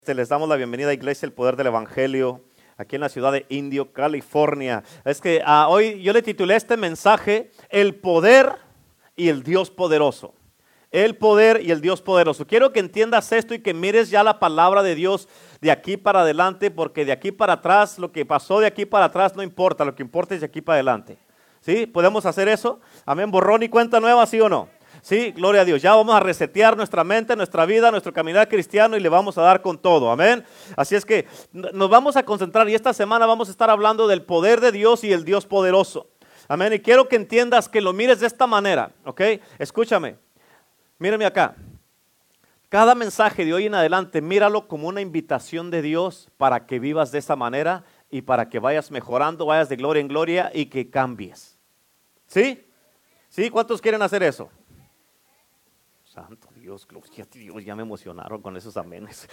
Les damos la bienvenida a Iglesia El Poder del Evangelio, aquí en la ciudad de Indio, California. Es que hoy yo le titulé este mensaje, El Poder y el Dios Poderoso. El Poder y el Dios Poderoso. Quiero que entiendas esto y que mires ya la palabra de Dios de aquí para adelante, porque de aquí para atrás, lo que pasó de aquí para atrás no importa, lo que importa es de aquí para adelante. ¿Sí? ¿Podemos hacer eso? Amén, borrón y cuenta nueva, ¿sí o no? Sí, gloria a Dios. Ya vamos a resetear nuestra mente, nuestra vida, nuestro caminar cristiano y le vamos a dar con todo. Amén. Así es que nos vamos a concentrar y esta semana vamos a estar hablando del poder de Dios y el Dios poderoso. Amén. Y quiero que entiendas, que lo mires de esta manera. ¿Ok? Escúchame. Mírame acá. Cada mensaje de hoy en adelante, míralo como una invitación de Dios para que vivas de esa manera y para que vayas mejorando, vayas de gloria en gloria y que cambies. ¿Sí? ¿Sí? ¿Cuántos quieren hacer eso? Santo Dios, gloria a Dios, ya me emocionaron con esos amenes.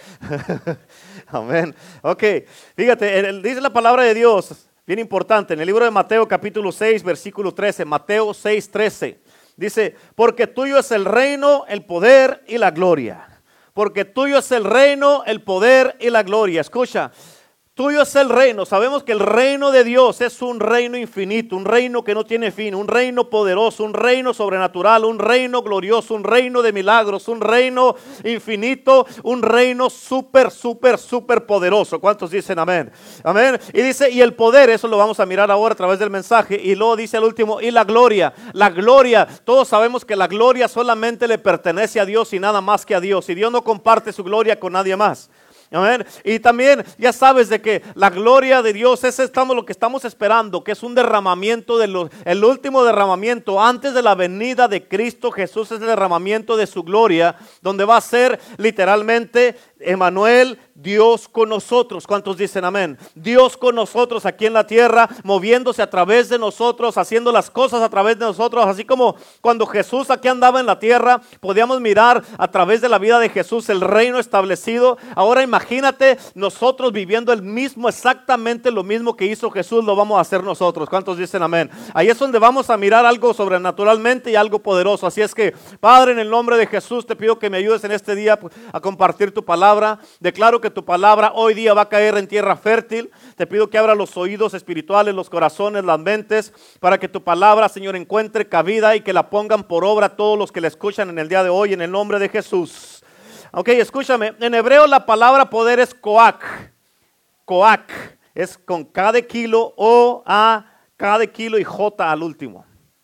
Amén. Ok, fíjate, dice la palabra de Dios, bien importante, en el libro de Mateo capítulo 6, versículo 13, Mateo 6, 13, dice, porque tuyo es el reino, el poder y la gloria. Porque tuyo es el reino, el poder y la gloria. Escucha. Tuyo es el reino. Sabemos que el reino de Dios es un reino infinito, un reino que no tiene fin, un reino poderoso, un reino sobrenatural, un reino glorioso, un reino de milagros, un reino infinito, un reino súper poderoso. ¿Cuántos dicen amén? Amén. Y dice, y el poder, eso lo vamos a mirar ahora a través del mensaje. Y luego dice al último, y la gloria. La gloria, todos sabemos que la gloria solamente le pertenece a Dios y nada más que a Dios. Y Dios no comparte su gloria con nadie más. Amén. Y también ya sabes de que la gloria de Dios es lo que estamos esperando, que es un derramamiento el último derramamiento antes de la venida de Cristo Jesús, es el derramamiento de su gloria, donde va a ser literalmente Emmanuel, Dios con nosotros. ¿Cuántos dicen amén? Dios con nosotros aquí en la tierra, moviéndose a través de nosotros, haciendo las cosas a través de nosotros, así como cuando Jesús aquí andaba en la tierra, podíamos mirar a través de la vida de Jesús el reino establecido. Ahora imagínate nosotros viviendo exactamente lo mismo que hizo Jesús, lo vamos a hacer nosotros. ¿Cuántos dicen amén? Ahí es donde vamos a mirar algo sobrenaturalmente y algo poderoso. Así es que, Padre, en el nombre de Jesús, te pido que me ayudes en este día a compartir tu palabra. Declaro que tu palabra hoy día va a caer en tierra fértil. Te pido que abra los oídos espirituales, los corazones, las mentes, para que tu palabra, Señor, encuentre cabida y que la pongan por obra todos los que la escuchan en el día de hoy, en el nombre de Jesús. Ok, escúchame, en hebreo la palabra poder es koach. Koach, es con K de kilo, O-A, K de kilo y J al último.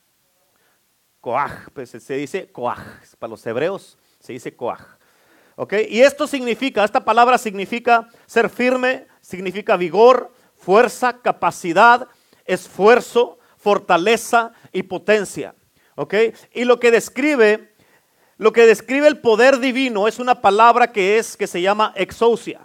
Koach, pues se dice koach, para los hebreos se dice koach. Okay. Y esta palabra significa ser firme, significa vigor, fuerza, capacidad, esfuerzo, fortaleza y potencia. Okay. Y lo que describe el poder divino es una palabra que se llama exousia.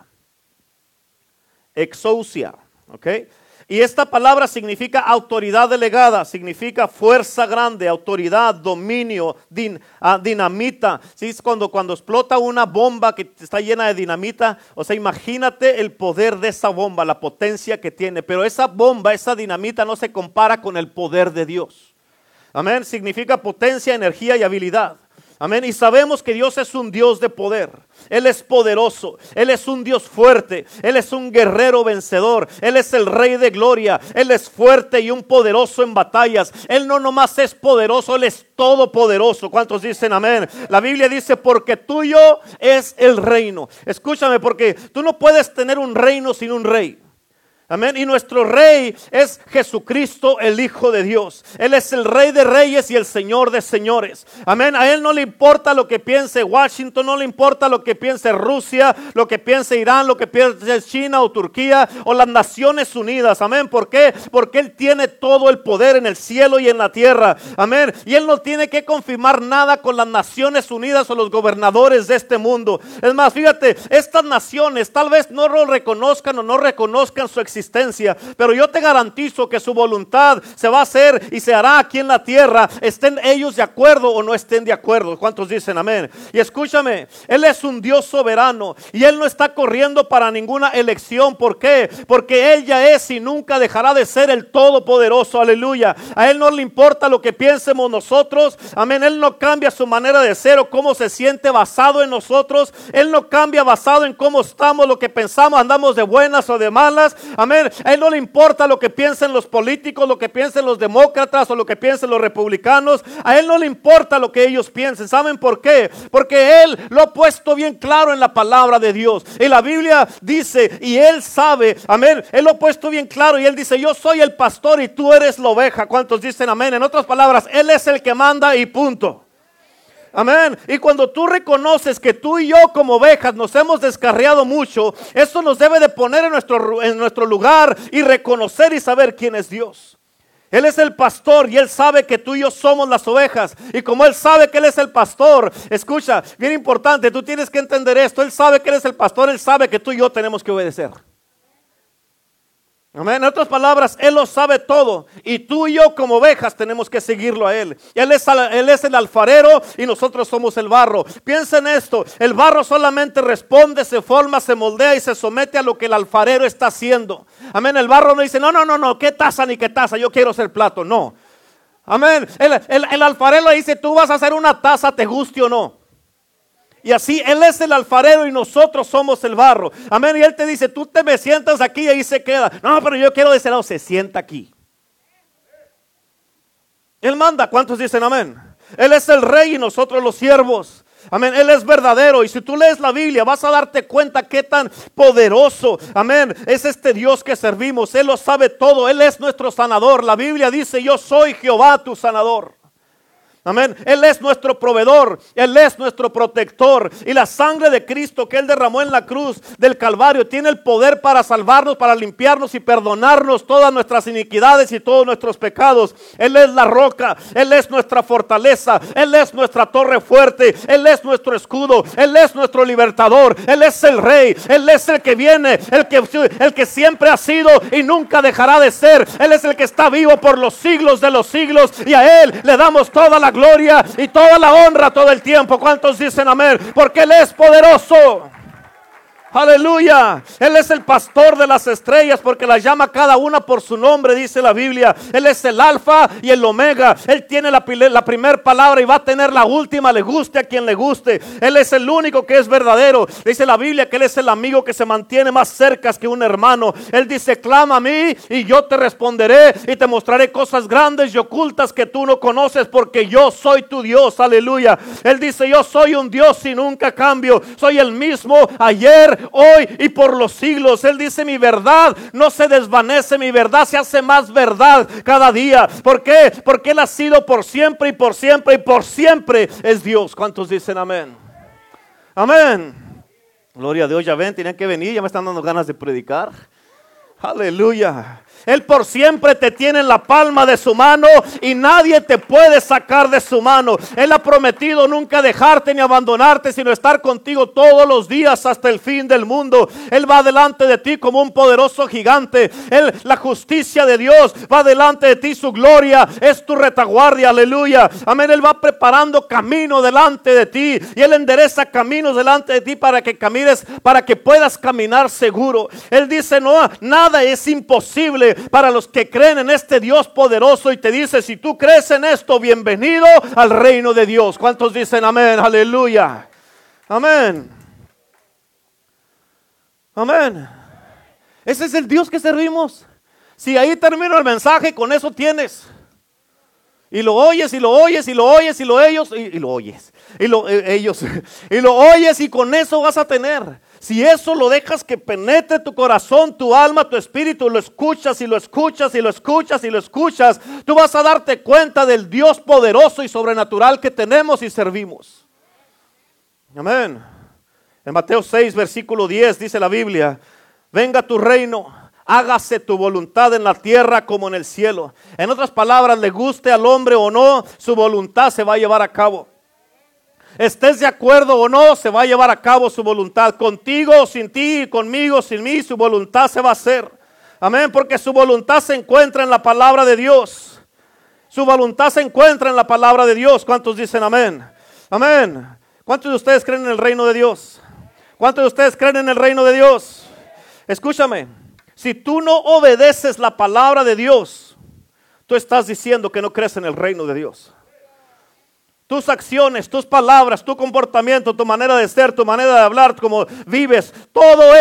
Exousia, okay. Y esta palabra significa autoridad delegada, significa fuerza grande, autoridad, dominio, dinamita. ¿Sí? Es cuando explota una bomba que está llena de dinamita, o sea, imagínate el poder de esa bomba, la potencia que tiene. Pero esa bomba, esa dinamita no se compara con el poder de Dios. Amén, significa potencia, energía y habilidad. Amén, y sabemos que Dios es un Dios de poder. Él es poderoso, Él es un Dios fuerte, Él es un guerrero vencedor, Él es el Rey de gloria, Él es fuerte y un poderoso en batallas. Él no nomás es poderoso, Él es todopoderoso. ¿Cuántos dicen amén? La Biblia dice, porque tuyo es el reino. Escúchame, porque tú no puedes tener un reino sin un rey. Amén. Y nuestro rey es Jesucristo, el Hijo de Dios. Él es el Rey de reyes y el Señor de señores. Amén. A Él no le importa lo que piense Washington, no le importa lo que piense Rusia, lo que piense Irán, lo que piense China o Turquía o las Naciones Unidas. Amén. ¿Por qué? Porque Él tiene todo el poder en el cielo y en la tierra. Amén. Y Él no tiene que confirmar nada con las Naciones Unidas o los gobernadores de este mundo. Es más, fíjate, estas naciones tal vez no lo reconozcan o no reconozcan su existencia, existencia, pero yo te garantizo que su voluntad se va a hacer y se hará aquí en la tierra, estén ellos de acuerdo o no estén de acuerdo. ¿Cuántos dicen amén? Y escúchame, Él es un Dios soberano y Él no está corriendo para ninguna elección. ¿Por qué? Porque Él ya es y nunca dejará de ser el Todopoderoso. Aleluya. A Él no le importa lo que piensemos nosotros. Amén. Él no cambia su manera de ser o cómo se siente basado en nosotros. Él no cambia basado en cómo estamos, lo que pensamos, andamos de buenas o de malas. Amén. A Él no le importa lo que piensen los políticos, lo que piensen los demócratas o lo que piensen los republicanos. A Él no le importa lo que ellos piensen. ¿Saben por qué? Porque Él lo ha puesto bien claro en la palabra de Dios. Y la Biblia dice, y Él sabe, amén, Él lo ha puesto bien claro y Él dice, yo soy el pastor y tú eres la oveja. ¿Cuántos dicen amén? En otras palabras, Él es el que manda y punto. Amén. Y cuando tú reconoces que tú y yo como ovejas nos hemos descarriado mucho, eso nos debe de poner en nuestro lugar y reconocer y saber quién es Dios. Él es el pastor y Él sabe que tú y yo somos las ovejas. Y como Él sabe que Él es el pastor, escucha, bien importante, tú tienes que entender esto. Él sabe que Él es el pastor, Él sabe que tú y yo tenemos que obedecer. Amén. En otras palabras, Él lo sabe todo y tú y yo como ovejas tenemos que seguirlo a Él. Él es el alfarero y nosotros somos el barro. Piensa en esto, el barro solamente responde, se forma, se moldea y se somete a lo que el alfarero está haciendo. Amén. El barro no dice, no, qué taza ni qué taza, yo quiero ser plato, no. Amén. El alfarero le dice, tú vas a hacer una taza, te guste o no. Y así Él es el alfarero y nosotros somos el barro. Amén. Y Él te dice, tú te me sientas aquí y ahí se queda. No, pero yo quiero de ese lado. Se sienta aquí. Él manda. ¿Cuántos dicen amén? Él es el rey y nosotros los siervos. Amén. Él es verdadero. Y si tú lees la Biblia vas a darte cuenta qué tan poderoso, amén, es este Dios que servimos. Él lo sabe todo. Él es nuestro sanador. La Biblia dice, yo soy Jehová tu sanador. Amén. Él es nuestro proveedor, Él es nuestro protector. Y la sangre de Cristo que Él derramó en la cruz del Calvario tiene el poder para salvarnos, para limpiarnos y perdonarnos todas nuestras iniquidades y todos nuestros pecados. Él es la roca, Él es nuestra fortaleza, Él es nuestra torre fuerte, Él es nuestro escudo, Él es nuestro libertador, Él es el rey, Él es el que viene, el que siempre ha sido y nunca dejará de ser. Él es el que está vivo por los siglos de los siglos y a Él le damos toda la gloria y toda la honra todo el tiempo. ¿Cuántos dicen amén? Porque Él es poderoso. Aleluya. Él es el pastor de las estrellas porque las llama cada una por su nombre, dice la Biblia. Él es el alfa y el omega. Él tiene la primera palabra y va a tener la última, le guste a quien le guste. Él es el único que es verdadero. Dice la Biblia que Él es el amigo que se mantiene más cerca que un hermano. Él dice, clama a mí y yo te responderé y te mostraré cosas grandes y ocultas que tú no conoces porque yo soy tu Dios. Aleluya. Él dice, yo soy un Dios y nunca cambio. Soy el mismo ayer, hoy y por los siglos. Él dice, mi verdad no se desvanece, mi verdad se hace más verdad cada día. ¿Por qué? Porque Él ha sido por siempre y por siempre y por siempre es Dios. ¿Cuántos dicen amén? Amén. Gloria a Dios. Ya ven, tenían que venir, ya me están dando ganas de predicar. Aleluya. Él por siempre te tiene en la palma de su mano y nadie te puede sacar de su mano. Él ha prometido nunca dejarte ni abandonarte, sino estar contigo todos los días hasta el fin del mundo. Él va delante de ti como un poderoso gigante. La justicia de Dios va delante de ti, su gloria es tu retaguardia. Aleluya. Amén. Él va preparando camino delante de ti y Él endereza caminos delante de ti para que camines, para que puedas caminar seguro. Él dice, no, nada es imposible para los que creen en este Dios poderoso, y te dice, si tú crees en esto, bienvenido al reino de Dios. ¿Cuántos dicen amén? Aleluya. Amén. Amén. Ese es el Dios que servimos. Si ahí termino el mensaje, con eso tienes. Y lo oyes, y lo oyes, y lo oyes, y lo oyes, y lo oyes. Y lo oyes, y con eso vas a tener. Si eso lo dejas que penetre tu corazón, tu alma, tu espíritu, lo escuchas y lo escuchas y lo escuchas y lo escuchas, tú vas a darte cuenta del Dios poderoso y sobrenatural que tenemos y servimos. Amén. En Mateo 6, versículo 10 dice la Biblia, venga tu reino, hágase tu voluntad en la tierra como en el cielo. En otras palabras, le guste al hombre o no, su voluntad se va a llevar a cabo. Estés de acuerdo o no, se va a llevar a cabo su voluntad. Contigo o sin ti, conmigo, sin mí, su voluntad se va a hacer. Amén, porque su voluntad se encuentra en la palabra de Dios. Su voluntad se encuentra en la palabra de Dios. ¿Cuántos dicen amén? Amén. ¿Cuántos de ustedes creen en el reino de Dios? ¿Cuántos de ustedes creen en el reino de Dios? Escúchame, si tú no obedeces la palabra de Dios, tú estás diciendo que no crees en el reino de Dios. Tus acciones, tus palabras, tu comportamiento, tu manera de ser, tu manera de hablar, cómo vives, todo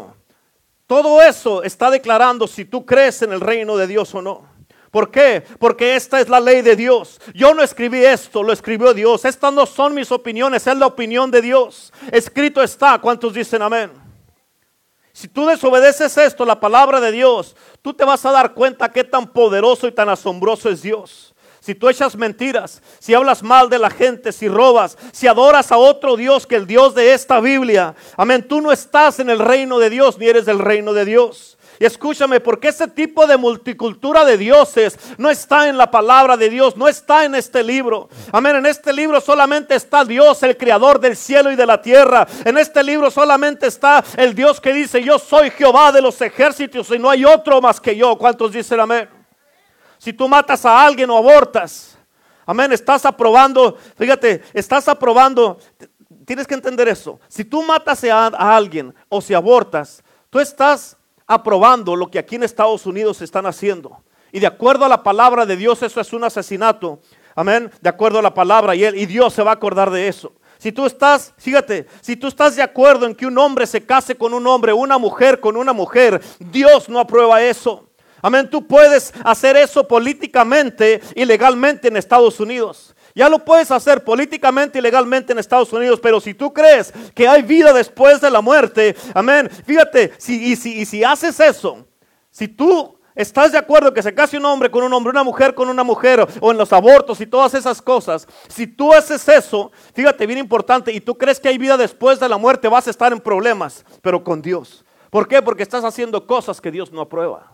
eso está declarando si tú crees en el reino de Dios o no. ¿Por qué? Porque esta es la ley de Dios. Yo no escribí esto, lo escribió Dios. Estas no son mis opiniones, es la opinión de Dios. Escrito está. ¿Cuántos dicen amén? Si tú desobedeces esto, la palabra de Dios, tú te vas a dar cuenta qué tan poderoso y tan asombroso es Dios. Si tú echas mentiras, si hablas mal de la gente, si robas, si adoras a otro Dios que el Dios de esta Biblia, amén, tú no estás en el reino de Dios ni eres del reino de Dios. Y escúchame, porque ese tipo de multicultura de dioses no está en la palabra de Dios, no está en este libro. Amén, en este libro solamente está Dios, el creador del cielo y de la tierra. En este libro solamente está el Dios que dice, yo soy Jehová de los ejércitos y no hay otro más que yo. ¿Cuántos dicen amén? Si tú matas a alguien o abortas, amén, estás aprobando, fíjate, estás aprobando, tienes que entender eso. Si tú matas a alguien o si abortas, tú estás aprobando lo que aquí en Estados Unidos están haciendo. Y de acuerdo a la palabra de Dios, eso es un asesinato. Amén, de acuerdo a la palabra y Dios se va a acordar de eso. Si tú estás, fíjate, si tú estás de acuerdo en que un hombre se case con un hombre, una mujer con una mujer, Dios no aprueba eso. Amén, tú puedes hacer eso políticamente y legalmente en Estados Unidos. Ya lo puedes hacer políticamente y legalmente en Estados Unidos, pero si tú crees que hay vida después de la muerte, amén, fíjate, si haces eso, si tú estás de acuerdo que se case un hombre con un hombre, una mujer con una mujer, o en los abortos y todas esas cosas, si tú haces eso, fíjate, bien importante, y tú crees que hay vida después de la muerte, vas a estar en problemas, pero con Dios. ¿Por qué? Porque estás haciendo cosas que Dios no aprueba.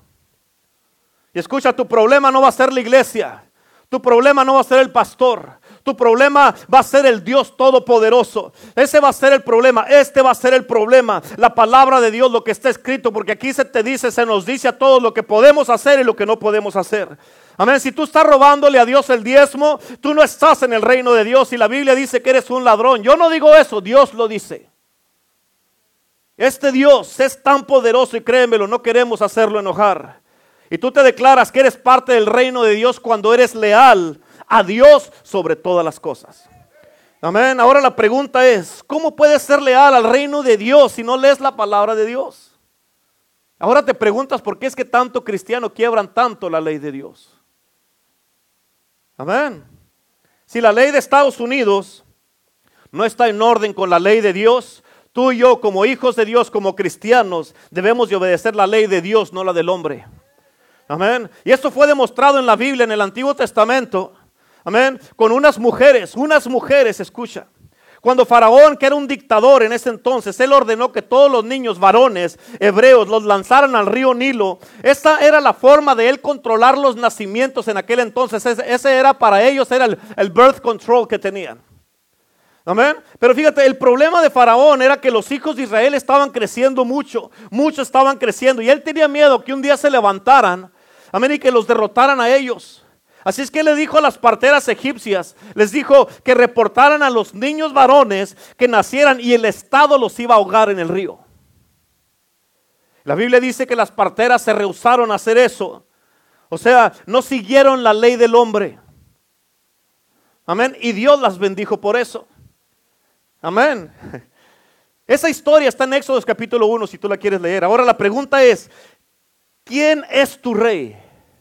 Y escucha, tu problema no va a ser la iglesia. Tu problema no va a ser el pastor. Tu problema va a ser el Dios Todopoderoso. Ese va a ser el problema. Este va a ser el problema. La palabra de Dios, lo que está escrito. Porque aquí se nos dice a todos lo que podemos hacer y lo que no podemos hacer. Amén. Si tú estás robándole a Dios el diezmo, tú no estás en el reino de Dios. Y la Biblia dice que eres un ladrón. Yo no digo eso, Dios lo dice. Este Dios es tan poderoso y créemelo, no queremos hacerlo enojar. Y tú te declaras que eres parte del reino de Dios cuando eres leal a Dios sobre todas las cosas. Amén. Ahora la pregunta es, ¿cómo puedes ser leal al reino de Dios si no lees la palabra de Dios? Ahora te preguntas por qué es que tanto cristiano quiebran tanto la ley de Dios. Amén. Si la ley de Estados Unidos no está en orden con la ley de Dios, tú y yo como hijos de Dios, como cristianos, debemos de obedecer la ley de Dios, no la del hombre. Amén. Y esto fue demostrado en la Biblia, en el Antiguo Testamento. Amén. Con unas mujeres, escucha. Cuando Faraón, que era un dictador en ese entonces, él ordenó que todos los niños varones hebreos los lanzaran al río Nilo. Esta era la forma de él controlar los nacimientos en aquel entonces. Ese era para ellos, era el birth control que tenían. Amén. Pero fíjate, el problema de Faraón era que los hijos de Israel estaban creciendo mucho. Muchos estaban creciendo y él tenía miedo que un día se levantaran. Amén, y que los derrotaran a ellos. Así es que le dijo a las parteras egipcias, les dijo que reportaran a los niños varones que nacieran y el Estado los iba a ahogar en el río. La Biblia dice que las parteras se rehusaron a hacer eso. O sea, no siguieron la ley del hombre. Amén, y Dios las bendijo por eso. Amén. Esa historia está en Éxodo capítulo 1 si tú la quieres leer. Ahora la pregunta es, ¿quién es tu rey?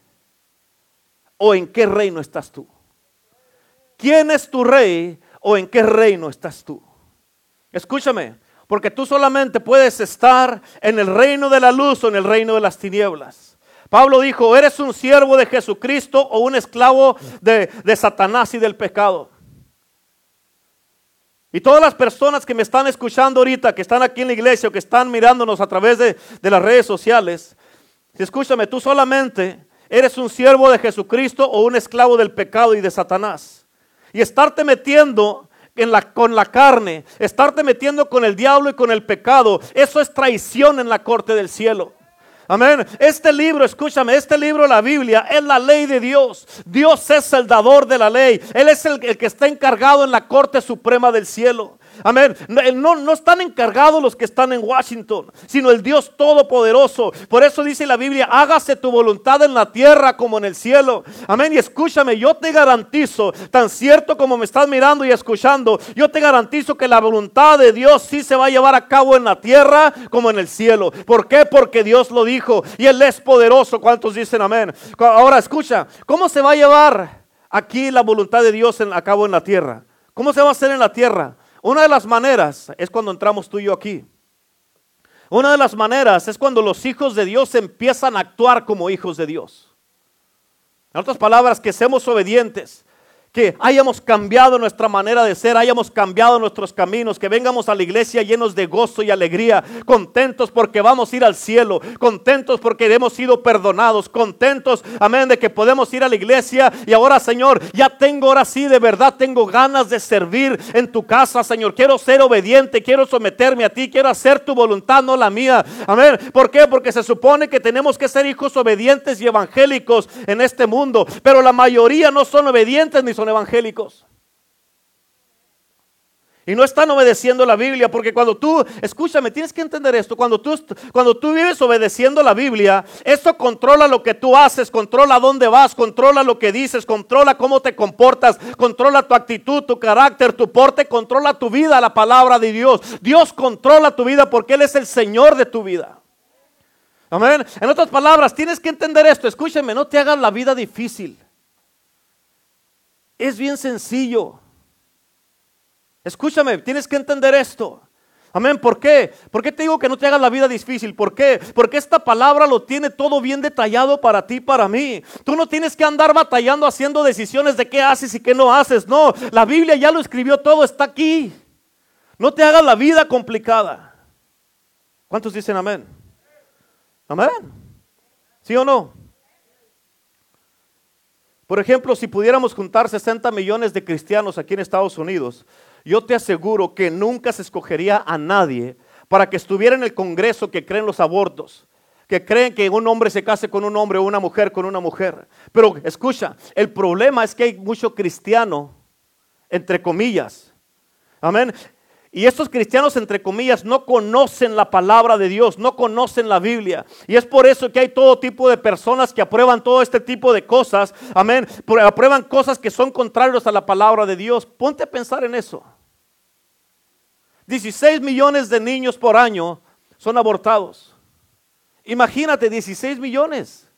¿O en qué reino estás tú? ¿Quién es tu rey o en qué reino estás tú? Escúchame, porque tú solamente puedes estar en el reino de la luz o en el reino de las tinieblas. Pablo dijo, ¿eres un siervo de Jesucristo o un esclavo de Satanás y del pecado? Y todas las personas que me están escuchando ahorita, que están aquí en la iglesia o que están mirándonos a través de las redes sociales, escúchame, tú solamente eres un siervo de Jesucristo o un esclavo del pecado y de Satanás. Y estarte metiendo con la carne, estarte metiendo con el diablo y con el pecado, eso es traición en la corte del cielo. Amén. Este libro, escúchame, este libro, la Biblia, es la ley de Dios. Dios es el dador de la ley. Él es el que está encargado en la Corte Suprema del cielo. Amén. No están encargados los que están en Washington, sino el Dios Todopoderoso. Por eso dice la Biblia, hágase tu voluntad en la tierra como en el cielo. Amén. Y escúchame, yo te garantizo, tan cierto como me estás mirando y escuchando, yo te garantizo que la voluntad de Dios sí se va a llevar a cabo en la tierra como en el cielo. ¿Por qué? Porque Dios lo dijo y Él es poderoso. ¿Cuántos dicen amén? Ahora escucha, ¿cómo se va a llevar aquí la voluntad de Dios a cabo en la tierra? ¿Cómo se va a hacer en la tierra? Una de las maneras es cuando entramos tú y yo aquí. Una de las maneras es cuando los hijos de Dios empiezan a actuar como hijos de Dios. En otras palabras, que seamos obedientes, que hayamos cambiado nuestra manera de ser, hayamos cambiado nuestros caminos, que vengamos a la iglesia llenos de gozo y alegría, contentos porque vamos a ir al cielo, contentos porque hemos sido perdonados, contentos, amén, de que podemos ir a la iglesia y ahora, Señor, ya tengo, ahora sí, de verdad tengo ganas de servir en tu casa, Señor, quiero ser obediente, quiero someterme a ti, quiero hacer tu voluntad, no la mía, amén. ¿Por qué? Porque se supone que tenemos que ser hijos obedientes y evangélicos en este mundo, pero la mayoría no son obedientes ni son evangélicos y no están obedeciendo la Biblia, porque cuando tú, escúchame, tienes que entender esto, cuando tú vives obedeciendo la Biblia, eso controla lo que tú haces, controla dónde vas, controla lo que dices, controla cómo te comportas, controla tu actitud, tu carácter, tu porte, controla tu vida, la palabra de Dios. Dios controla tu vida porque Él es el Señor de tu vida. Amén. En otras palabras, tienes que entender esto, escúchame, no te hagas la vida difícil. Es bien sencillo. Escúchame, tienes que entender esto. Amén, ¿por qué? ¿Por qué te digo que no te hagas la vida difícil? ¿Por qué? Porque esta palabra lo tiene todo bien detallado para ti, para mí. Tú no tienes que andar batallando haciendo decisiones de qué haces y qué no haces. No, la Biblia ya lo escribió todo, está aquí. No te hagas la vida complicada. ¿Cuántos dicen amén? Amén. ¿Sí o no? Por ejemplo, si pudiéramos juntar 60 millones de cristianos aquí en Estados Unidos, yo te aseguro que nunca se escogería a nadie para que estuviera en el Congreso que creen los abortos, que creen que un hombre se case con un hombre o una mujer con una mujer. Pero escucha, el problema es que hay mucho cristiano, entre comillas. Amén. Y estos cristianos, entre comillas, no conocen la palabra de Dios, no conocen la Biblia. Y es por eso que hay todo tipo de personas que aprueban todo este tipo de cosas. Amén. Aprueban cosas que son contrarios a la palabra de Dios. Ponte a pensar en eso. 16 millones de niños por año son abortados. Imagínate, 16 millones.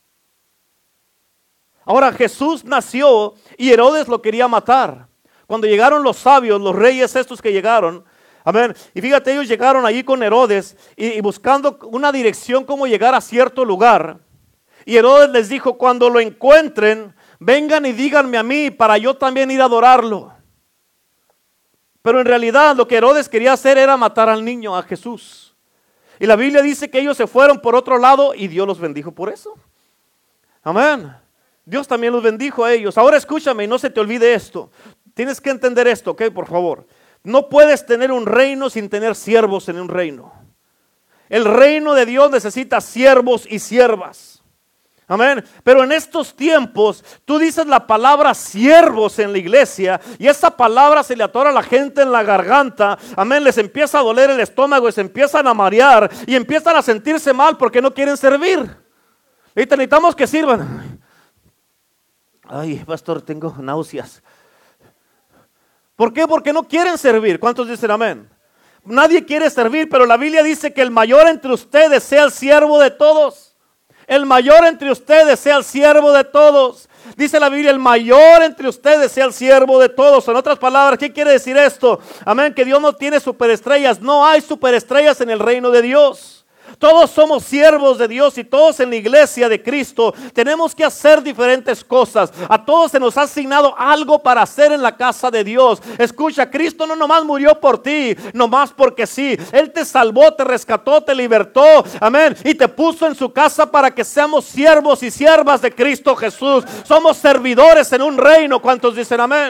Ahora Jesús nació y Herodes lo quería matar. Cuando llegaron los sabios, los reyes estos que llegaron, amén, y fíjate, ellos llegaron allí con Herodes y buscando una dirección cómo llegar a cierto lugar. Y Herodes les dijo, cuando lo encuentren, vengan y díganme a mí para yo también ir a adorarlo. Pero en realidad lo que Herodes quería hacer era matar al niño, a Jesús. Y la Biblia dice que ellos se fueron por otro lado y Dios los bendijo por eso. Amén. Dios también los bendijo a ellos. Ahora escúchame y no se te olvide esto. Tienes que entender esto, ¿ok? Por favor. No puedes tener un reino sin tener siervos en un reino. El reino de Dios necesita siervos y siervas. Amén. Pero en estos tiempos, tú dices la palabra siervos en la iglesia y esa palabra se le atora a la gente en la garganta. Amén. Les empieza a doler el estómago y se empiezan a marear y empiezan a sentirse mal porque no quieren servir. Y necesitamos que sirvan. Ay, pastor, tengo náuseas. ¿Por qué? Porque no quieren servir. ¿Cuántos dicen amén? Nadie quiere servir, pero la Biblia dice que el mayor entre ustedes sea el siervo de todos. El mayor entre ustedes sea el siervo de todos. Dice la Biblia, el mayor entre ustedes sea el siervo de todos. En otras palabras, ¿qué quiere decir esto? Amén, que Dios no tiene superestrellas. No hay superestrellas en el reino de Dios. Todos somos siervos de Dios y todos en la iglesia de Cristo tenemos que hacer diferentes cosas. A todos se nos ha asignado algo para hacer en la casa de Dios. Escucha, Cristo no nomás murió por ti, nomás porque sí. Él te salvó, te rescató, te libertó, amén, y te puso en su casa para que seamos siervos y siervas de Cristo Jesús. Somos servidores en un reino. ¿Cuántos dicen amén?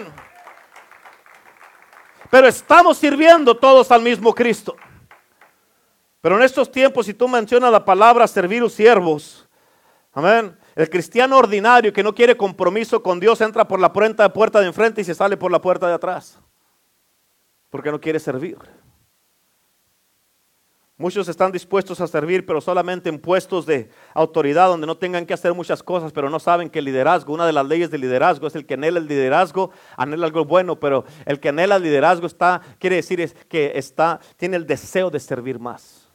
Pero estamos sirviendo todos al mismo Cristo. Pero en estos tiempos, si tú mencionas la palabra servir siervos, amén, el cristiano ordinario que no quiere compromiso con Dios entra por la puerta de enfrente y se sale por la puerta de atrás, porque no quiere servir. Muchos están dispuestos a servir, pero solamente en puestos de autoridad donde no tengan que hacer muchas cosas, pero no saben que el liderazgo, una de las leyes del liderazgo es el que anhela el liderazgo, anhela algo bueno, pero el que anhela el liderazgo quiere decir es que tiene el deseo de servir más.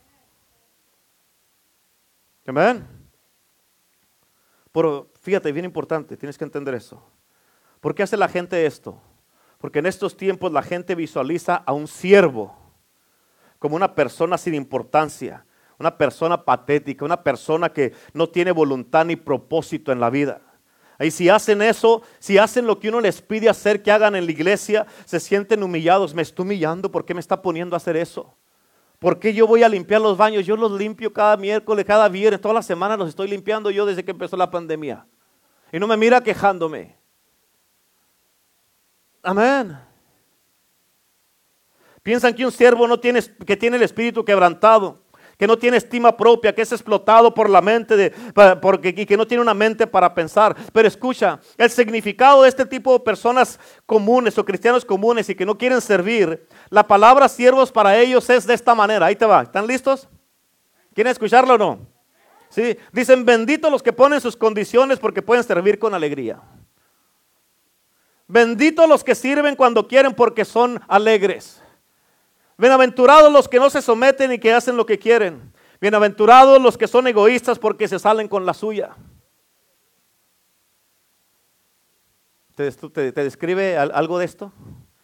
Amén. Pero fíjate, bien importante, tienes que entender eso. ¿Por qué hace la gente esto? Porque en estos tiempos la gente visualiza a un siervo como una persona sin importancia, una persona patética, una persona que no tiene voluntad ni propósito en la vida. Y si hacen eso, si hacen lo que uno les pide hacer que hagan en la iglesia, se sienten humillados. Me está humillando, ¿por qué me está poniendo a hacer eso? ¿Por qué yo voy a limpiar los baños? Yo los limpio cada miércoles, cada viernes, todas las semanas los estoy limpiando yo desde que empezó la pandemia. Y no me mira quejándome. Amén. Piensan que un siervo que tiene el espíritu quebrantado, que no tiene estima propia, que es explotado por la mente y que no tiene una mente para pensar. Pero escucha, el significado de este tipo de personas comunes o cristianos comunes y que no quieren servir, la palabra siervos para ellos es de esta manera. Ahí te va, ¿están listos? ¿Quieren escucharlo o no? Sí, dicen benditos los que ponen sus condiciones porque pueden servir con alegría. Benditos los que sirven cuando quieren porque son alegres. Bienaventurados los que no se someten y que hacen lo que quieren. Bienaventurados los que son egoístas porque se salen con la suya. ¿Te describe algo de esto?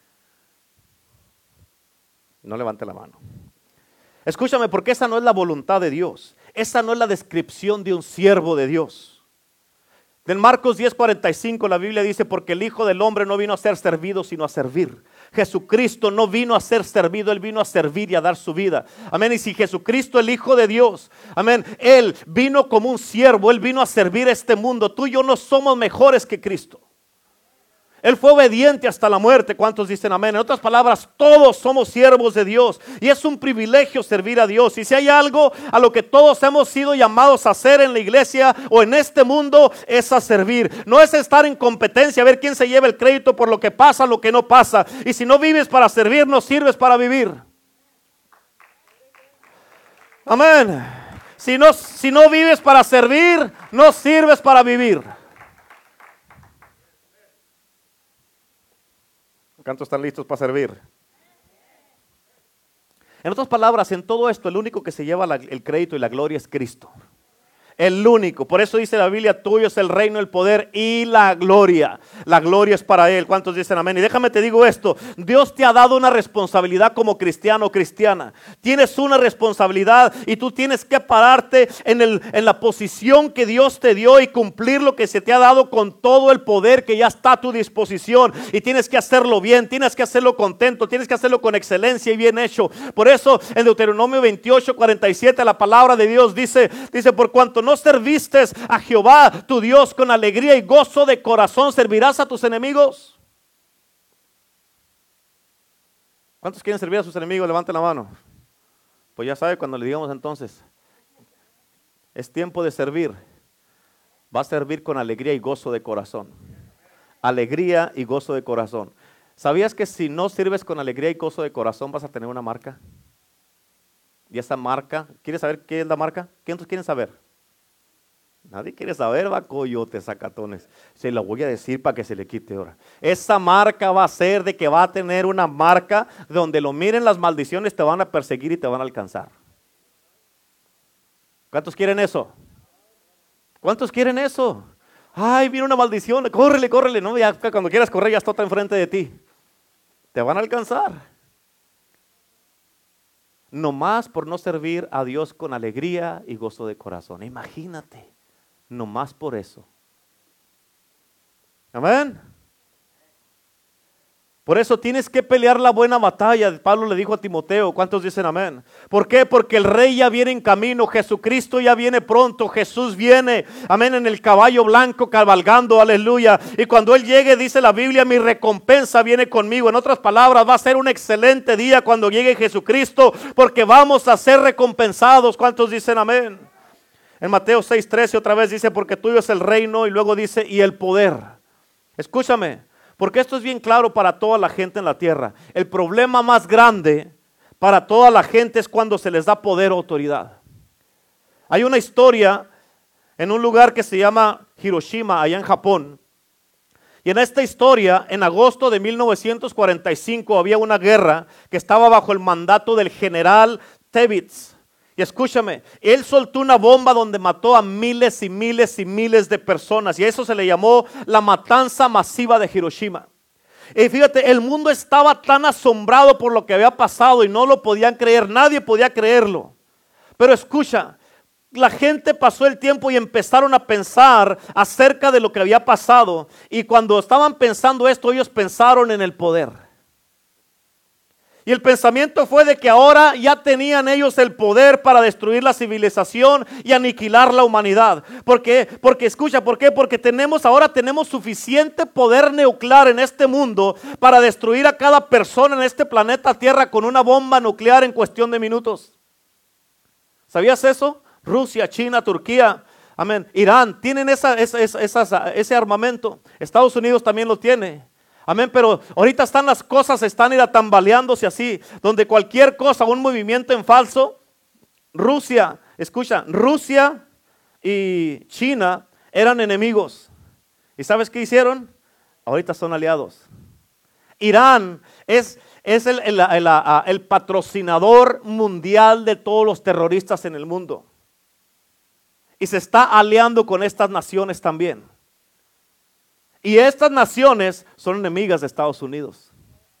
No levante la mano. Escúchame, porque esa no es la voluntad de Dios. Esa no es la descripción de un siervo de Dios. En Marcos 10:45 la Biblia dice, porque el Hijo del Hombre no vino a ser servido, sino a servir. Jesucristo no vino a ser servido, Él vino a servir y a dar su vida. Amén. Y si Jesucristo, el Hijo de Dios, amén, Él vino como un siervo, Él vino a servir a este mundo. Tú y yo no somos mejores que Cristo. Él fue obediente hasta la muerte. ¿Cuántos dicen amén? En otras palabras, todos somos siervos de Dios y es un privilegio servir a Dios. Y si hay algo a lo que todos hemos sido llamados a hacer en la iglesia o en este mundo, es a servir. No es estar en competencia a ver quién se lleva el crédito por lo que pasa, lo que no pasa. Y si no vives para servir, no sirves para vivir. Amén. Si no vives para servir, no sirves para vivir. ¿Cuántos están listos para servir? En otras palabras, en todo esto, el único que se lleva el crédito y la gloria es Cristo. El único. Por eso dice la Biblia, tuyo es el reino, el poder y la gloria. La gloria es para Él. ¿Cuántos dicen amén? Y déjame te digo esto. Dios te ha dado una responsabilidad como cristiano o cristiana. Tienes una responsabilidad y tú tienes que pararte en la posición que Dios te dio y cumplir lo que se te ha dado con todo el poder que ya está a tu disposición. Y tienes que hacerlo bien, tienes que hacerlo contento, tienes que hacerlo con excelencia y bien hecho. Por eso en Deuteronomio 28:47 la palabra de Dios dice, por cuanto no serviste a Jehová tu Dios con alegría y gozo de corazón, ¿servirás a tus enemigos? ¿Cuántos quieren servir a sus enemigos? Levanten la mano. Pues ya sabe, cuando le digamos entonces, es tiempo de servir, va a servir con alegría y gozo de corazón. Alegría y gozo de corazón. ¿Sabías que si no sirves con alegría y gozo de corazón vas a tener una marca? Y esa marca, ¿quieres saber qué es la marca? ¿Quiénes quieren saber? Nadie quiere saber, va, coyotes, sacatones. Se lo voy a decir para que se le quite ahora. Esa marca va a ser de que va a tener una marca donde lo miren las maldiciones, te van a perseguir y te van a alcanzar. ¿Cuántos quieren eso? ¿Cuántos quieren eso? Ay, viene una maldición, córrele, córrele. No, ya cuando quieras correr ya está otra enfrente de ti. Te van a alcanzar. Nomás por no servir a Dios con alegría y gozo de corazón. Imagínate. Nomás por eso. Amén. Por eso tienes que pelear la buena batalla. Pablo le dijo a Timoteo, ¿cuántos dicen amén? ¿Por qué? Porque el rey ya viene en camino, Jesucristo ya viene pronto, Jesús viene, amén, en el caballo blanco cabalgando, aleluya. Y cuando Él llegue, dice la Biblia, mi recompensa viene conmigo. En otras palabras, va a ser un excelente día cuando llegue Jesucristo, porque vamos a ser recompensados. ¿Cuántos dicen amén? En Mateo 6:13 otra vez dice, porque tuyo es el reino, y luego dice, y el poder. Escúchame. Porque esto es bien claro para toda la gente en la tierra. El problema más grande para toda la gente es cuando se les da poder o autoridad. Hay una historia en un lugar que se llama Hiroshima, allá en Japón. Y en esta historia, en agosto de 1945, había una guerra que estaba bajo el mandato del general Tebbitz. Y escúchame, él soltó una bomba donde mató a miles y miles y miles de personas. Y eso se le llamó la matanza masiva de Hiroshima. Y fíjate, el mundo estaba tan asombrado por lo que había pasado y no lo podían creer, nadie podía creerlo. Pero escucha, la gente pasó el tiempo y empezaron a pensar acerca de lo que había pasado. Y cuando estaban pensando esto, ellos pensaron en el poder. Y el pensamiento fue de que ahora ya tenían ellos el poder para destruir la civilización y aniquilar la humanidad. ¿Por qué? Porque escucha, ¿por qué? Porque ahora tenemos suficiente poder nuclear en este mundo para destruir a cada persona en este planeta Tierra con una bomba nuclear en cuestión de minutos. ¿Sabías eso? Rusia, China, Turquía, amén, Irán, tienen ese armamento. Estados Unidos también lo tiene. Amén, pero ahorita las cosas están tambaleándose así, donde cualquier cosa, un movimiento en falso, Rusia y China eran enemigos. ¿Y sabes qué hicieron? Ahorita son aliados. Irán es el patrocinador mundial de todos los terroristas en el mundo. Y se está aliando con estas naciones también. Y estas naciones son enemigas de Estados Unidos.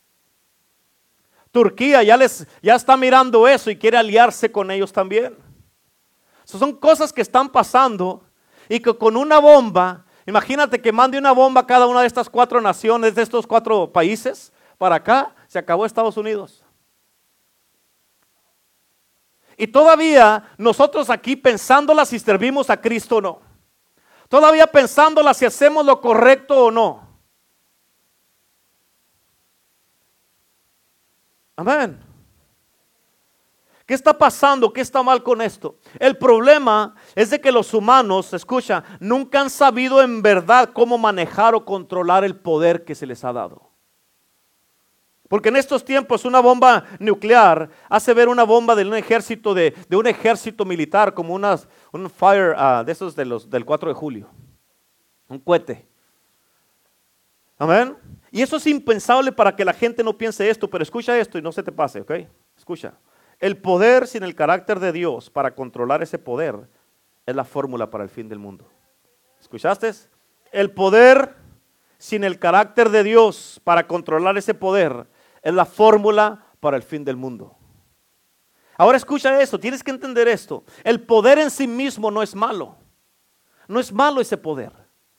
Turquía ya está mirando eso y quiere aliarse con ellos también. Son cosas que están pasando y que con una bomba, imagínate que mande una bomba a cada una de estas 4 naciones, de estos 4 países, para acá, se acabó Estados Unidos. Y todavía nosotros aquí pensándola si servimos a Cristo o no. Todavía pensándola si hacemos lo correcto o no. Amén. ¿Qué está pasando? ¿Qué está mal con esto? El problema es de que los humanos, escucha, nunca han sabido en verdad cómo manejar o controlar el poder que se les ha dado. Porque en estos tiempos una bomba nuclear hace ver una bomba de un ejército un ejército militar como un fire de esos del 4 de julio. Un cohete. Amén. Y eso es impensable para que la gente no piense esto, pero escucha esto y no se te pase, ¿ok? Escucha. El poder sin el carácter de Dios para controlar ese poder es la fórmula para el fin del mundo. ¿Escuchaste? El poder sin el carácter de Dios para controlar ese poder es la fórmula para el fin del mundo. Ahora escucha esto, tienes que entender esto. El poder en sí mismo no es malo. No es malo ese poder.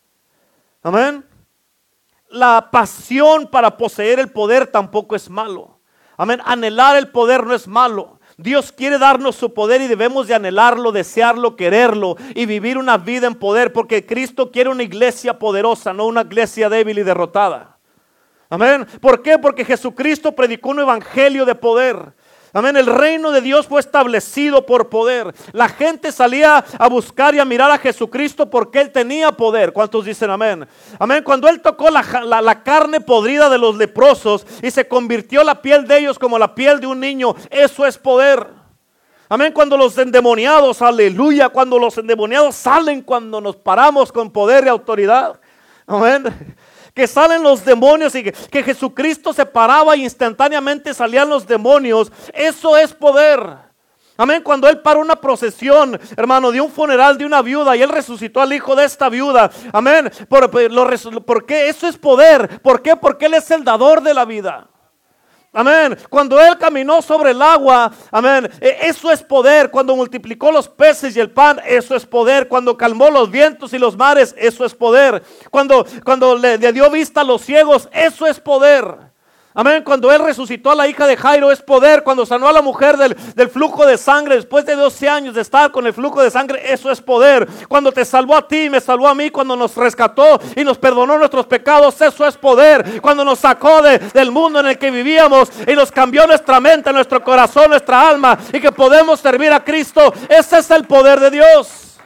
Amén. La pasión para poseer el poder tampoco es malo. Amén. Anhelar el poder no es malo. Dios quiere darnos su poder y debemos de anhelarlo, desearlo, quererlo y vivir una vida en poder, porque Cristo quiere una iglesia poderosa, no una iglesia débil y derrotada. Amén. ¿Por qué? Porque Jesucristo predicó un evangelio de poder. Amén. El reino de Dios fue establecido por poder. La gente salía a buscar y a mirar a Jesucristo porque Él tenía poder. ¿Cuántos dicen amén? Amén. Cuando Él tocó la carne podrida de los leprosos y se convirtió la piel de ellos como la piel de un niño, eso es poder. Amén. Cuando los endemoniados, aleluya, cuando los endemoniados salen cuando nos paramos con poder y autoridad. Amén. Que salen los demonios y que Jesucristo se paraba e instantáneamente salían los demonios. Eso es poder. Amén. Cuando Él paró una procesión, hermano, de un funeral de una viuda y Él resucitó al hijo de esta viuda. Amén. ¿Por qué? Eso es poder. ¿Por qué? Porque Él es el dador de la vida. Amén. Cuando Él caminó sobre el agua, amén, eso es poder. Cuando multiplicó los peces y el pan, eso es poder. Cuando calmó los vientos y los mares, eso es poder. Cuando le dio vista a los ciegos, eso es poder. Amén. Cuando Él resucitó a la hija de Jairo es poder. Cuando sanó a la mujer del flujo de sangre después de 12 años de estar con el flujo de sangre, eso es poder. Cuando te salvó a ti, me salvó a mí, cuando nos rescató y nos perdonó nuestros pecados, eso es poder. Cuando nos sacó del mundo en el que vivíamos y nos cambió nuestra mente, nuestro corazón, nuestra alma, y que podemos servir a Cristo, ese es el poder de Dios.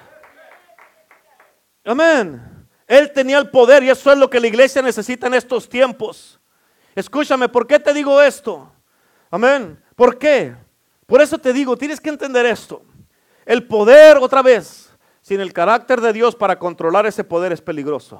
Amén. Él tenía el poder y eso es lo que la iglesia necesita en estos tiempos. Escúchame, ¿por qué te digo esto? Amén. ¿Por qué? Por eso te digo, tienes que entender esto. El poder, otra vez, sin el carácter de Dios para controlar ese poder es peligroso.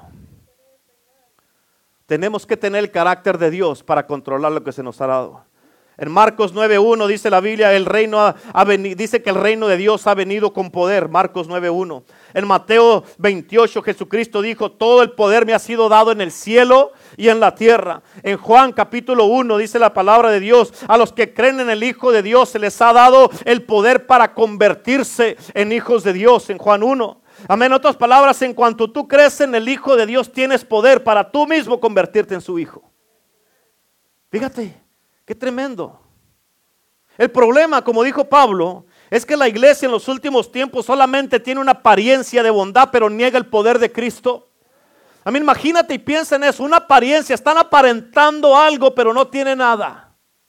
Tenemos que tener el carácter de Dios para controlar lo que se nos ha dado. En Marcos 9:1 dice la Biblia, dice que el reino de Dios ha venido con poder. Marcos 9:1. En Mateo 28 Jesucristo dijo, todo el poder me ha sido dado en el cielo y en la tierra. En Juan capítulo 1 dice la palabra de Dios, a los que creen en el Hijo de Dios se les ha dado el poder para convertirse en hijos de Dios. En Juan 1. Amén. En otras palabras, en cuanto tú crees en el Hijo de Dios, tienes poder para tú mismo convertirte en su hijo. Fíjate. Qué tremendo. El problema, como dijo Pablo, es que la iglesia en los últimos tiempos solamente tiene una apariencia de bondad, pero niega el poder de Cristo. A mí imagínate y piensa en eso, una apariencia, están aparentando algo, pero no tiene nada.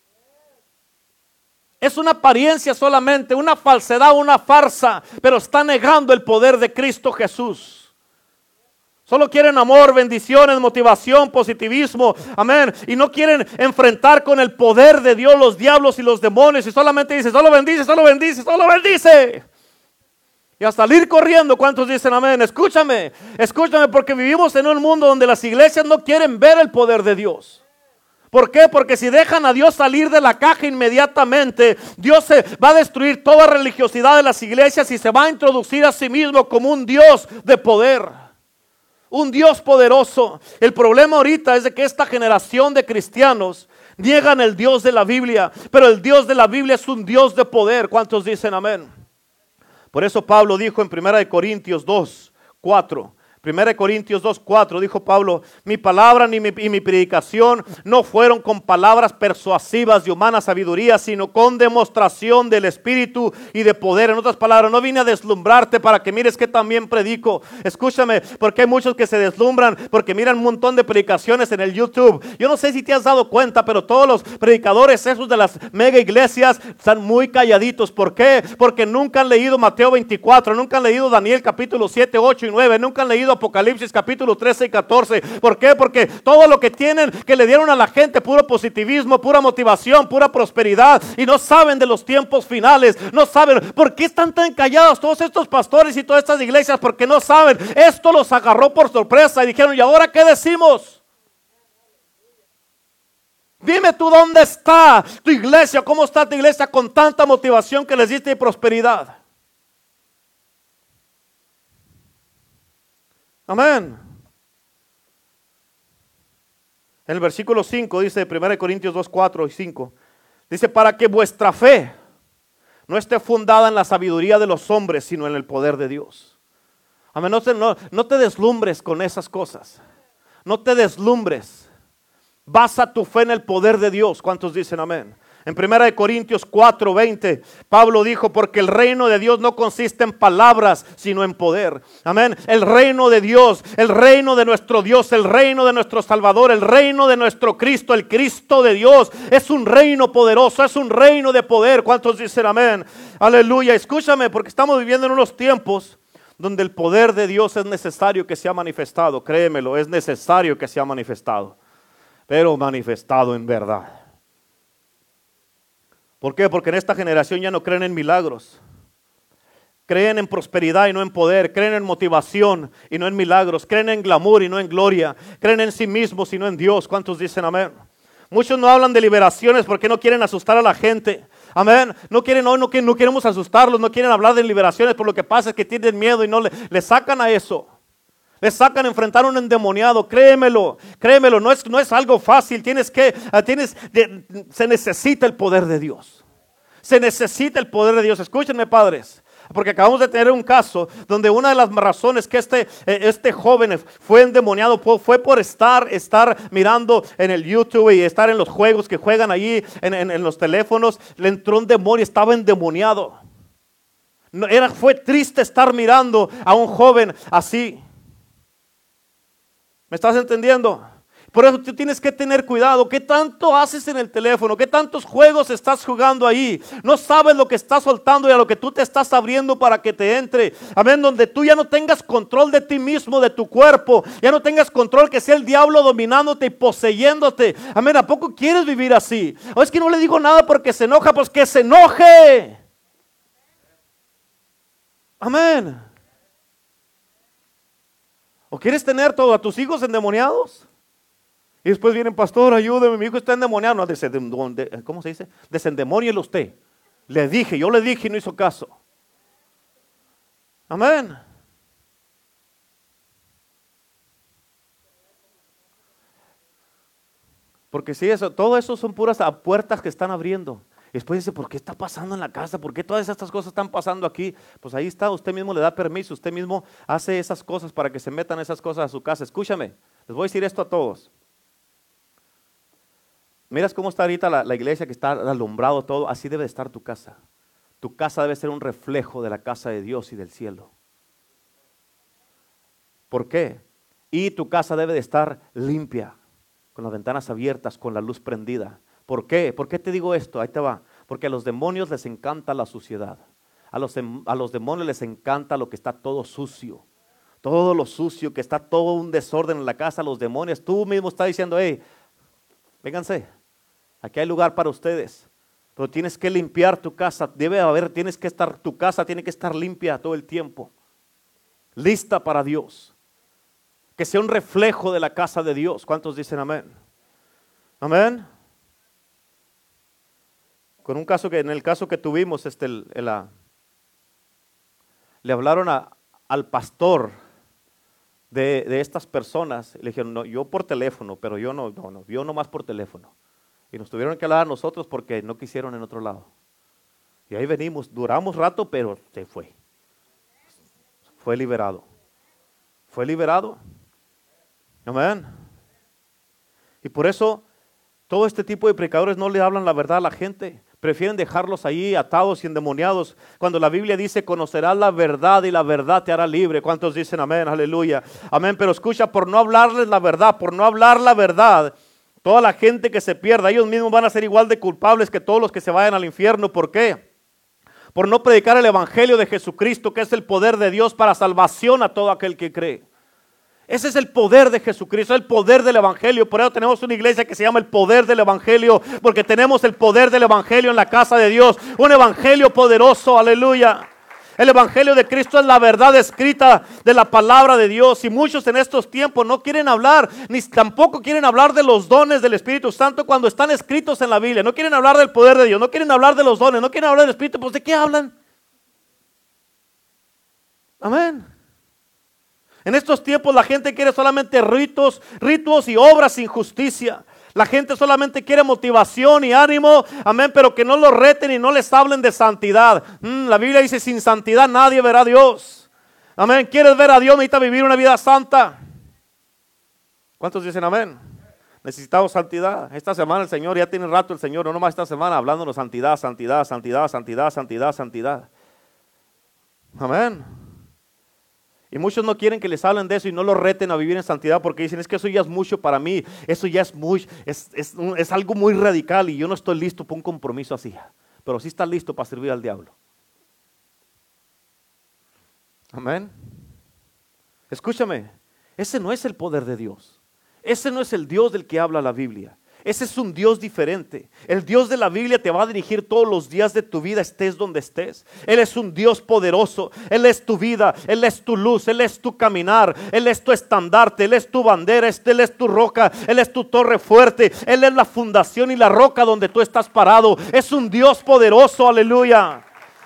Es una apariencia solamente, una falsedad, una farsa, pero está negando el poder de Cristo Jesús. Solo quieren amor, bendiciones, motivación, positivismo, amén. Y no quieren enfrentar con el poder de Dios los diablos y los demonios. Y solamente dicen, solo bendice, solo bendice, solo bendice. Y a salir corriendo, ¿cuántos dicen amén? Escúchame, porque vivimos en un mundo donde las iglesias no quieren ver el poder de Dios. ¿Por qué? Porque si dejan a Dios salir de la caja inmediatamente, Dios se va a destruir toda religiosidad de las iglesias y se va a introducir a sí mismo como un Dios de poder. Un Dios poderoso. El problema ahorita es de que esta generación de cristianos niegan el Dios de la Biblia, pero el Dios de la Biblia es un Dios de poder. ¿Cuántos dicen amén? Por eso Pablo dijo en 1 Corintios 2:4. 1 Corintios 2:4 dijo Pablo, mi palabra y mi predicación no fueron con palabras persuasivas de humana sabiduría, sino con demostración del Espíritu y de poder. En otras palabras, no vine a deslumbrarte para que mires que también predico. Escúchame, porque hay muchos que se deslumbran porque miran un montón de predicaciones en el YouTube. Yo no sé si te has dado cuenta, pero todos los predicadores esos de las mega iglesias están muy calladitos. ¿Por qué? Porque nunca han leído Mateo 24, nunca han leído Daniel capítulo 7, 8 y 9, nunca han leído Apocalipsis capítulo 13 y 14. ¿Por qué? Porque todo lo que tienen, que le dieron a la gente, puro positivismo, pura motivación, pura prosperidad, y no saben de los tiempos finales. No saben. ¿Por qué están tan callados todos estos pastores y todas estas iglesias? Porque no saben. Esto los agarró por sorpresa y dijeron, ¿y ahora qué decimos? Dime tú dónde está tu iglesia, cómo está tu iglesia con tanta motivación que les diste y prosperidad. Amén. En el versículo 5 dice 1 Corintios 2, 4 y 5. Dice, para que vuestra fe no esté fundada en la sabiduría de los hombres, sino en el poder de Dios. Amén. No te deslumbres con esas cosas. No te deslumbres. Basa tu fe en el poder de Dios. ¿Cuántos dicen amén? En 1 Corintios 4:20, Pablo dijo, porque el reino de Dios no consiste en palabras, sino en poder. Amén. El reino de Dios, el reino de nuestro Dios, el reino de nuestro Salvador, el reino de nuestro Cristo, el Cristo de Dios, es un reino poderoso, es un reino de poder. ¿Cuántos dicen amén? Aleluya. Escúchame, porque estamos viviendo en unos tiempos donde el poder de Dios es necesario que sea manifestado. Créemelo, es necesario que sea manifestado, pero manifestado en verdad. ¿Por qué? Porque en esta generación ya no creen en milagros. Creen en prosperidad y no en poder. Creen en motivación y no en milagros. Creen en glamour y no en gloria. Creen en sí mismos y no en Dios. ¿Cuántos dicen amén? Muchos no hablan de liberaciones porque no quieren asustar a la gente. Amén. No queremos asustarlos. No quieren hablar de liberaciones. Por lo que pasa es que tienen miedo y no le sacan a eso. Le sacan a enfrentar a un endemoniado. Créemelo, no es algo fácil. Se necesita el poder de Dios. Se necesita el poder de Dios. Escúchenme, padres. Porque acabamos de tener un caso donde una de las razones que este joven fue endemoniado fue por estar mirando en el YouTube y estar en los juegos que juegan allí en los teléfonos. Le entró un demonio, estaba endemoniado. Fue triste estar mirando a un joven así. ¿Me estás entendiendo? Por eso tú tienes que tener cuidado. ¿Qué tanto haces en el teléfono? ¿Qué tantos juegos estás jugando ahí? No sabes lo que estás soltando y a lo que tú te estás abriendo para que te entre. Amén, donde tú ya no tengas control de ti mismo, de tu cuerpo. Ya no tengas control, que sea el diablo dominándote y poseyéndote. Amén, ¿a poco quieres vivir así? O es que no le digo nada porque se enoja, pues que se enoje. Amén. ¿O quieres tener todos a tus hijos endemoniados? Y después vienen, pastor, ayúdeme, mi hijo está endemoniado. No, ¿cómo se dice? Desendemónielo usted. Yo le dije y no hizo caso. Amén. Porque si todo eso son puras puertas que están abriendo. Y después dice, ¿por qué está pasando en la casa? ¿Por qué todas estas cosas están pasando aquí? Pues ahí está, usted mismo le da permiso, usted mismo hace esas cosas para que se metan esas cosas a su casa. Escúchame, les voy a decir esto a todos. Miras cómo está ahorita la iglesia, que está alumbrado todo. Así debe de estar tu casa. Tu casa debe ser un reflejo de la casa de Dios y del cielo. ¿Por qué? Y tu casa debe de estar limpia, con las ventanas abiertas, con la luz prendida. ¿Por qué? ¿Por qué te digo esto? Ahí te va. Porque a los demonios les encanta la suciedad. A los demonios les encanta lo que está todo sucio. Todo lo sucio, que está todo un desorden en la casa. Los demonios, tú mismo estás diciendo, hey, vénganse, aquí hay lugar para ustedes. Pero tienes que limpiar tu casa. Tu casa tiene que estar limpia todo el tiempo. Lista para Dios. Que sea un reflejo de la casa de Dios. ¿Cuántos dicen amén? Amén. Con un caso en el caso que tuvimos, le hablaron al pastor de estas personas. Le dijeron, no, yo por teléfono, pero yo nomás por teléfono. Y nos tuvieron que hablar a nosotros porque no quisieron en otro lado. Y ahí venimos, duramos rato, pero se fue. Fue liberado. Fue liberado. Amén. Y por eso todo este tipo de predicadores no le hablan la verdad a la gente. Prefieren dejarlos ahí atados y endemoniados. Cuando la Biblia dice, conocerás la verdad y la verdad te hará libre. ¿Cuántos dicen amén? Aleluya. Amén. Pero escucha, por no hablarles la verdad, por no hablar la verdad, toda la gente que se pierda, ellos mismos van a ser igual de culpables que todos los que se vayan al infierno. ¿Por qué? Por no predicar el evangelio de Jesucristo, que es el poder de Dios para salvación a todo aquel que cree. Ese es el poder de Jesucristo, el poder del evangelio. Por eso tenemos una iglesia que se llama el poder del evangelio, porque tenemos el poder del evangelio en la casa de Dios. Un evangelio poderoso, aleluya. El evangelio de Cristo es la verdad escrita de la palabra de Dios. Y muchos en estos tiempos no quieren hablar, ni tampoco quieren hablar de los dones del Espíritu Santo cuando están escritos en la Biblia. No quieren hablar del poder de Dios, no quieren hablar de los dones, no quieren hablar del Espíritu. Pues ¿de qué hablan? Amén. En estos tiempos la gente quiere solamente ritos y obras sin justicia. La gente solamente quiere motivación y ánimo, amén, pero que no los reten y no les hablen de santidad. La Biblia dice, sin santidad nadie verá a Dios. Amén, ¿quieres ver a Dios? Necesitas vivir una vida santa. ¿Cuántos dicen amén? Necesitamos santidad. Esta semana el Señor, ya tiene rato el Señor, no nomás esta semana, hablándonos santidad, santidad, santidad, santidad, santidad, santidad. Amén. Y muchos no quieren que les hablen de eso y no los reten a vivir en santidad porque dicen, es que eso ya es mucho para mí, eso ya es algo muy radical y yo no estoy listo para un compromiso así. Pero sí está listo para servir al diablo. Amén. Escúchame, ese no es el poder de Dios. Ese no es el Dios del que habla la Biblia. Ese es un Dios diferente. El Dios de la Biblia te va a dirigir todos los días de tu vida, estés donde estés. Él es un Dios poderoso. Él es tu vida, Él es tu luz, Él es tu caminar, Él es tu estandarte, Él es tu bandera, Él es tu roca, Él es tu torre fuerte, Él es la fundación y la roca donde tú estás parado. Es un Dios poderoso, aleluya.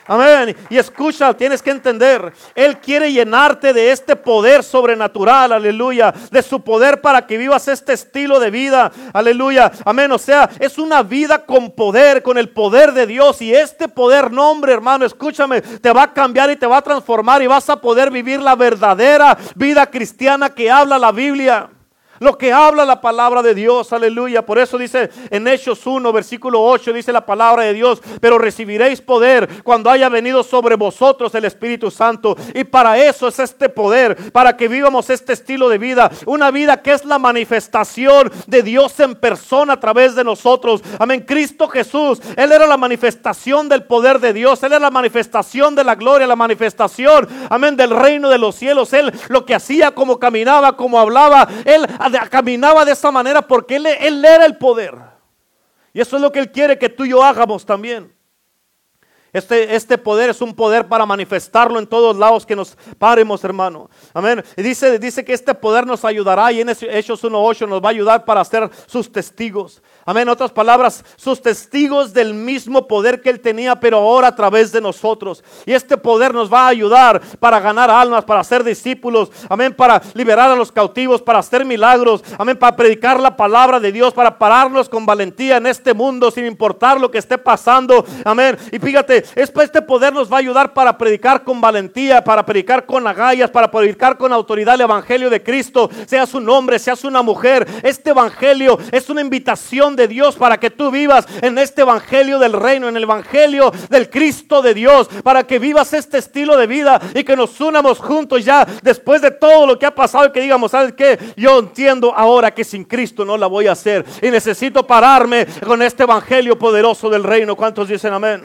Amén. Y escucha, tienes que entender, Él quiere llenarte de este poder sobrenatural, aleluya, de su poder para que vivas este estilo de vida, aleluya, amén. O sea, es una vida con poder, con el poder de Dios. Y este poder, no hombre, hermano, escúchame, te va a cambiar y te va a transformar y vas a poder vivir la verdadera vida cristiana que habla la Biblia. Lo que habla la palabra de Dios, aleluya. Por eso dice en Hechos 1, versículo 8, dice la palabra de Dios: pero recibiréis poder cuando haya venido sobre vosotros el Espíritu Santo. Y para eso es este poder, para que vivamos este estilo de vida, una vida que es la manifestación de Dios en persona a través de nosotros. Amén. Cristo Jesús, Él era la manifestación del poder de Dios, Él era la manifestación de la gloria, la manifestación, amén, del reino de los cielos. Él lo que hacía, como caminaba, como hablaba, Él caminaba de esa manera porque él era el poder. Y eso es lo que Él quiere que tú y yo hagamos también. Este poder es un poder para manifestarlo en todos lados que nos paremos, hermano. Amén. Y dice que este poder nos ayudará, y en Hechos 1:8 nos va a ayudar para ser sus testigos. Amén. En otras palabras, sus testigos del mismo poder que Él tenía, pero ahora a través de nosotros. Y este poder nos va a ayudar para ganar almas, para ser discípulos. Amén. Para liberar a los cautivos, para hacer milagros. Amén. Para predicar la palabra de Dios, para pararnos con valentía en este mundo sin importar lo que esté pasando. Amén. Y fíjate, este poder nos va a ayudar para predicar con valentía, para predicar con agallas, para predicar con autoridad el evangelio de Cristo. Seas un hombre, seas una mujer, este evangelio es una invitación de Dios para que tú vivas en este evangelio del reino, en el evangelio del Cristo de Dios, para que vivas este estilo de vida y que nos unamos juntos ya después de todo lo que ha pasado, y que digamos: ¿sabes qué? Yo entiendo ahora que sin Cristo no la voy a hacer y necesito pararme con este evangelio poderoso del reino. ¿Cuántos dicen amén?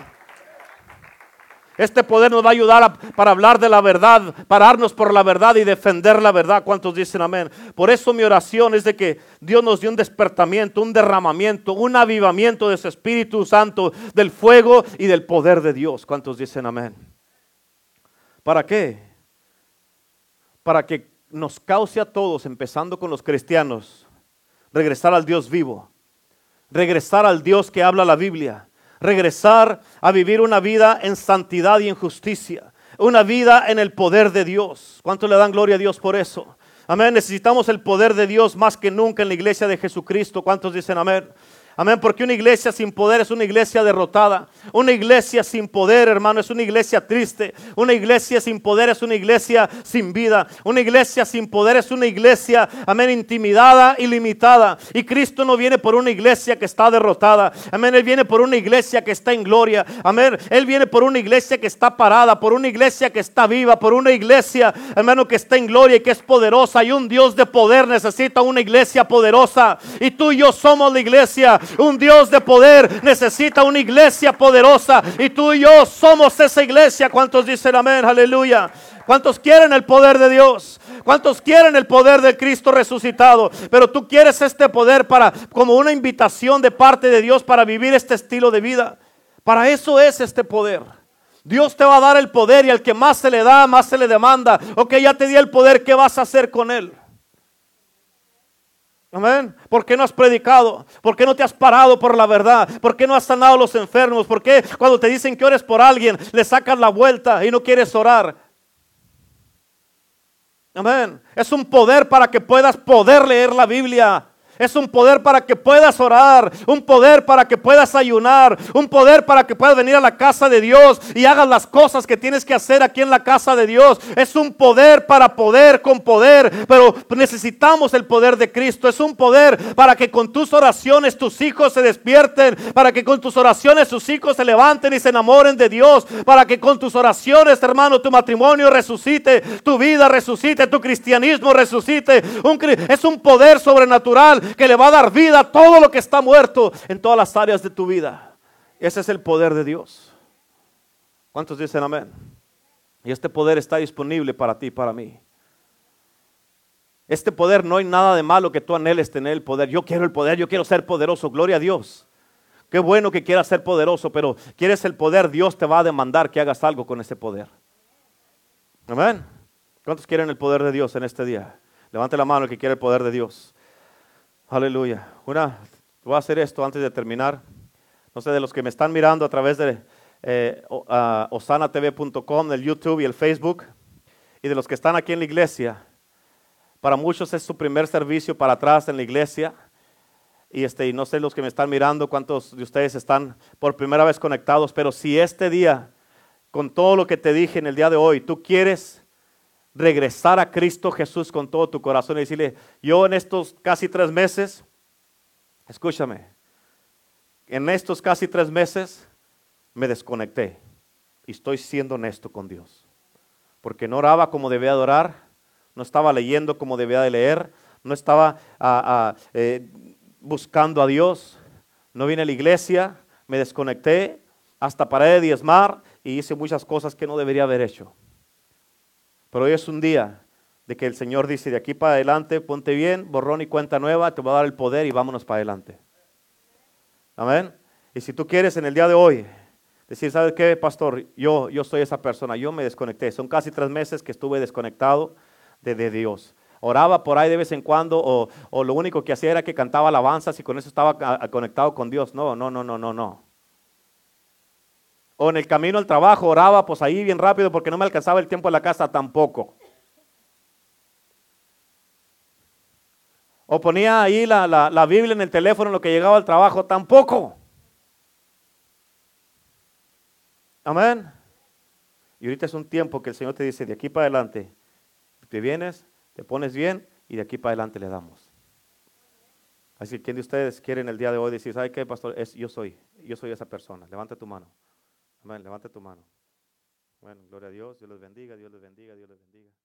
Este poder nos va a ayudar para hablar de la verdad, pararnos por la verdad y defender la verdad. ¿Cuántos dicen amén? Por eso mi oración es de que Dios nos dé un despertamiento, un derramamiento, un avivamiento de su Espíritu Santo, del fuego y del poder de Dios. ¿Cuántos dicen amén? ¿Para qué? Para que nos cause a todos, empezando con los cristianos, regresar al Dios vivo, regresar al Dios que habla la Biblia, regresar a vivir una vida en santidad y en justicia, una vida en el poder de Dios. ¿Cuánto le dan gloria a Dios por eso? Amén. Necesitamos el poder de Dios más que nunca en la iglesia de Jesucristo. ¿Cuántos dicen amén? Amén, porque una iglesia sin poder es una iglesia derrotada. Una iglesia sin poder, hermano, es una iglesia triste. Una iglesia sin poder es una iglesia sin vida. Una iglesia sin poder es una iglesia, amén, intimidada y limitada. Y Cristo no viene por una iglesia que está derrotada. Amén, Él viene por una iglesia que está en gloria. Amén, Él viene por una iglesia que está parada, por una iglesia que está viva, por una iglesia, hermano, que está en gloria y que es poderosa. Y un Dios de poder necesita una iglesia poderosa. Y tú y yo somos la iglesia. Un Dios de poder necesita una iglesia poderosa, y tú y yo somos esa iglesia. ¿Cuántos dicen amén? Aleluya. ¿Cuántos quieren el poder de Dios? ¿Cuántos quieren el poder de Cristo resucitado? Pero tú quieres este poder como una invitación de parte de Dios para vivir este estilo de vida. Para eso es este poder. Dios te va a dar el poder, y al que más se le da, más se le demanda. Ok, ya te di el poder, ¿qué vas a hacer con él? Amén. ¿Por qué no has predicado? ¿Por qué no te has parado por la verdad? ¿Por qué no has sanado a los enfermos? ¿Por qué cuando te dicen que ores por alguien le sacas la vuelta y no quieres orar? Amén. Es un poder para que puedas poder leer la Biblia. Es un poder para que puedas orar, un poder para que puedas ayunar, un poder para que puedas venir a la casa de Dios y hagas las cosas que tienes que hacer aquí en la casa de Dios. Es un poder para poder con poder, pero necesitamos el poder de Cristo. Es un poder para que con tus oraciones tus hijos se despierten, para que con tus oraciones sus hijos se levanten y se enamoren de Dios, para que con tus oraciones, hermano, tu matrimonio resucite, tu vida resucite, tu cristianismo resucite. Es un poder sobrenatural que le va a dar vida a todo lo que está muerto en todas las áreas de tu vida. Ese es el poder de Dios. ¿Cuántos dicen amén? Y este poder está disponible para ti y para mí. Este poder, no hay nada de malo que tú anheles tener el poder. Yo quiero el poder, yo quiero ser poderoso, gloria a Dios. Qué bueno que quieras ser poderoso, pero quieres el poder, Dios te va a demandar que hagas algo con ese poder. Amén. ¿Cuántos quieren el poder de Dios en este día? Levante la mano el que quiere el poder de Dios. Aleluya. Voy a hacer esto antes de terminar. No sé, de los que me están mirando a través de osanatv.com, el YouTube y el Facebook. Y de los que están aquí en la iglesia, para muchos es su primer servicio para atrás en la iglesia. Y no sé los que me están mirando, cuántos de ustedes están por primera vez conectados, pero si este día, con todo lo que te dije en el día de hoy, tú quieres regresar a Cristo Jesús con todo tu corazón y decirle, yo en estos casi 3 meses, escúchame, en estos casi 3 meses me desconecté y estoy siendo honesto con Dios, porque no oraba como debía de orar, no estaba leyendo como debía de leer, no estaba buscando a Dios, no vine a la iglesia, me desconecté, hasta paré de diezmar y hice muchas cosas que no debería haber hecho. Pero hoy es un día de que el Señor dice, de aquí para adelante, ponte bien, borrón y cuenta nueva, te voy a dar el poder y vámonos para adelante. Amén. Y si tú quieres en el día de hoy decir, ¿sabes qué, pastor? Yo soy esa persona, yo me desconecté. Son casi 3 meses que estuve desconectado de Dios. Oraba por ahí de vez en cuando o lo único que hacía era que cantaba alabanzas y con eso estaba conectado con Dios. No. O en el camino al trabajo oraba pues ahí bien rápido porque no me alcanzaba el tiempo en la casa tampoco. O ponía ahí la Biblia en el teléfono en lo que llegaba al trabajo tampoco. Amén. Y ahorita es un tiempo que el Señor te dice, de aquí para adelante, te vienes, te pones bien y de aquí para adelante le damos. Así que ¿quién de ustedes quieren el día de hoy decir, ¿sabe qué, pastor? Yo soy esa persona. Levanta tu mano. Amén, levanta tu mano. Bueno, gloria a Dios, Dios les bendiga, Dios les bendiga, Dios les bendiga.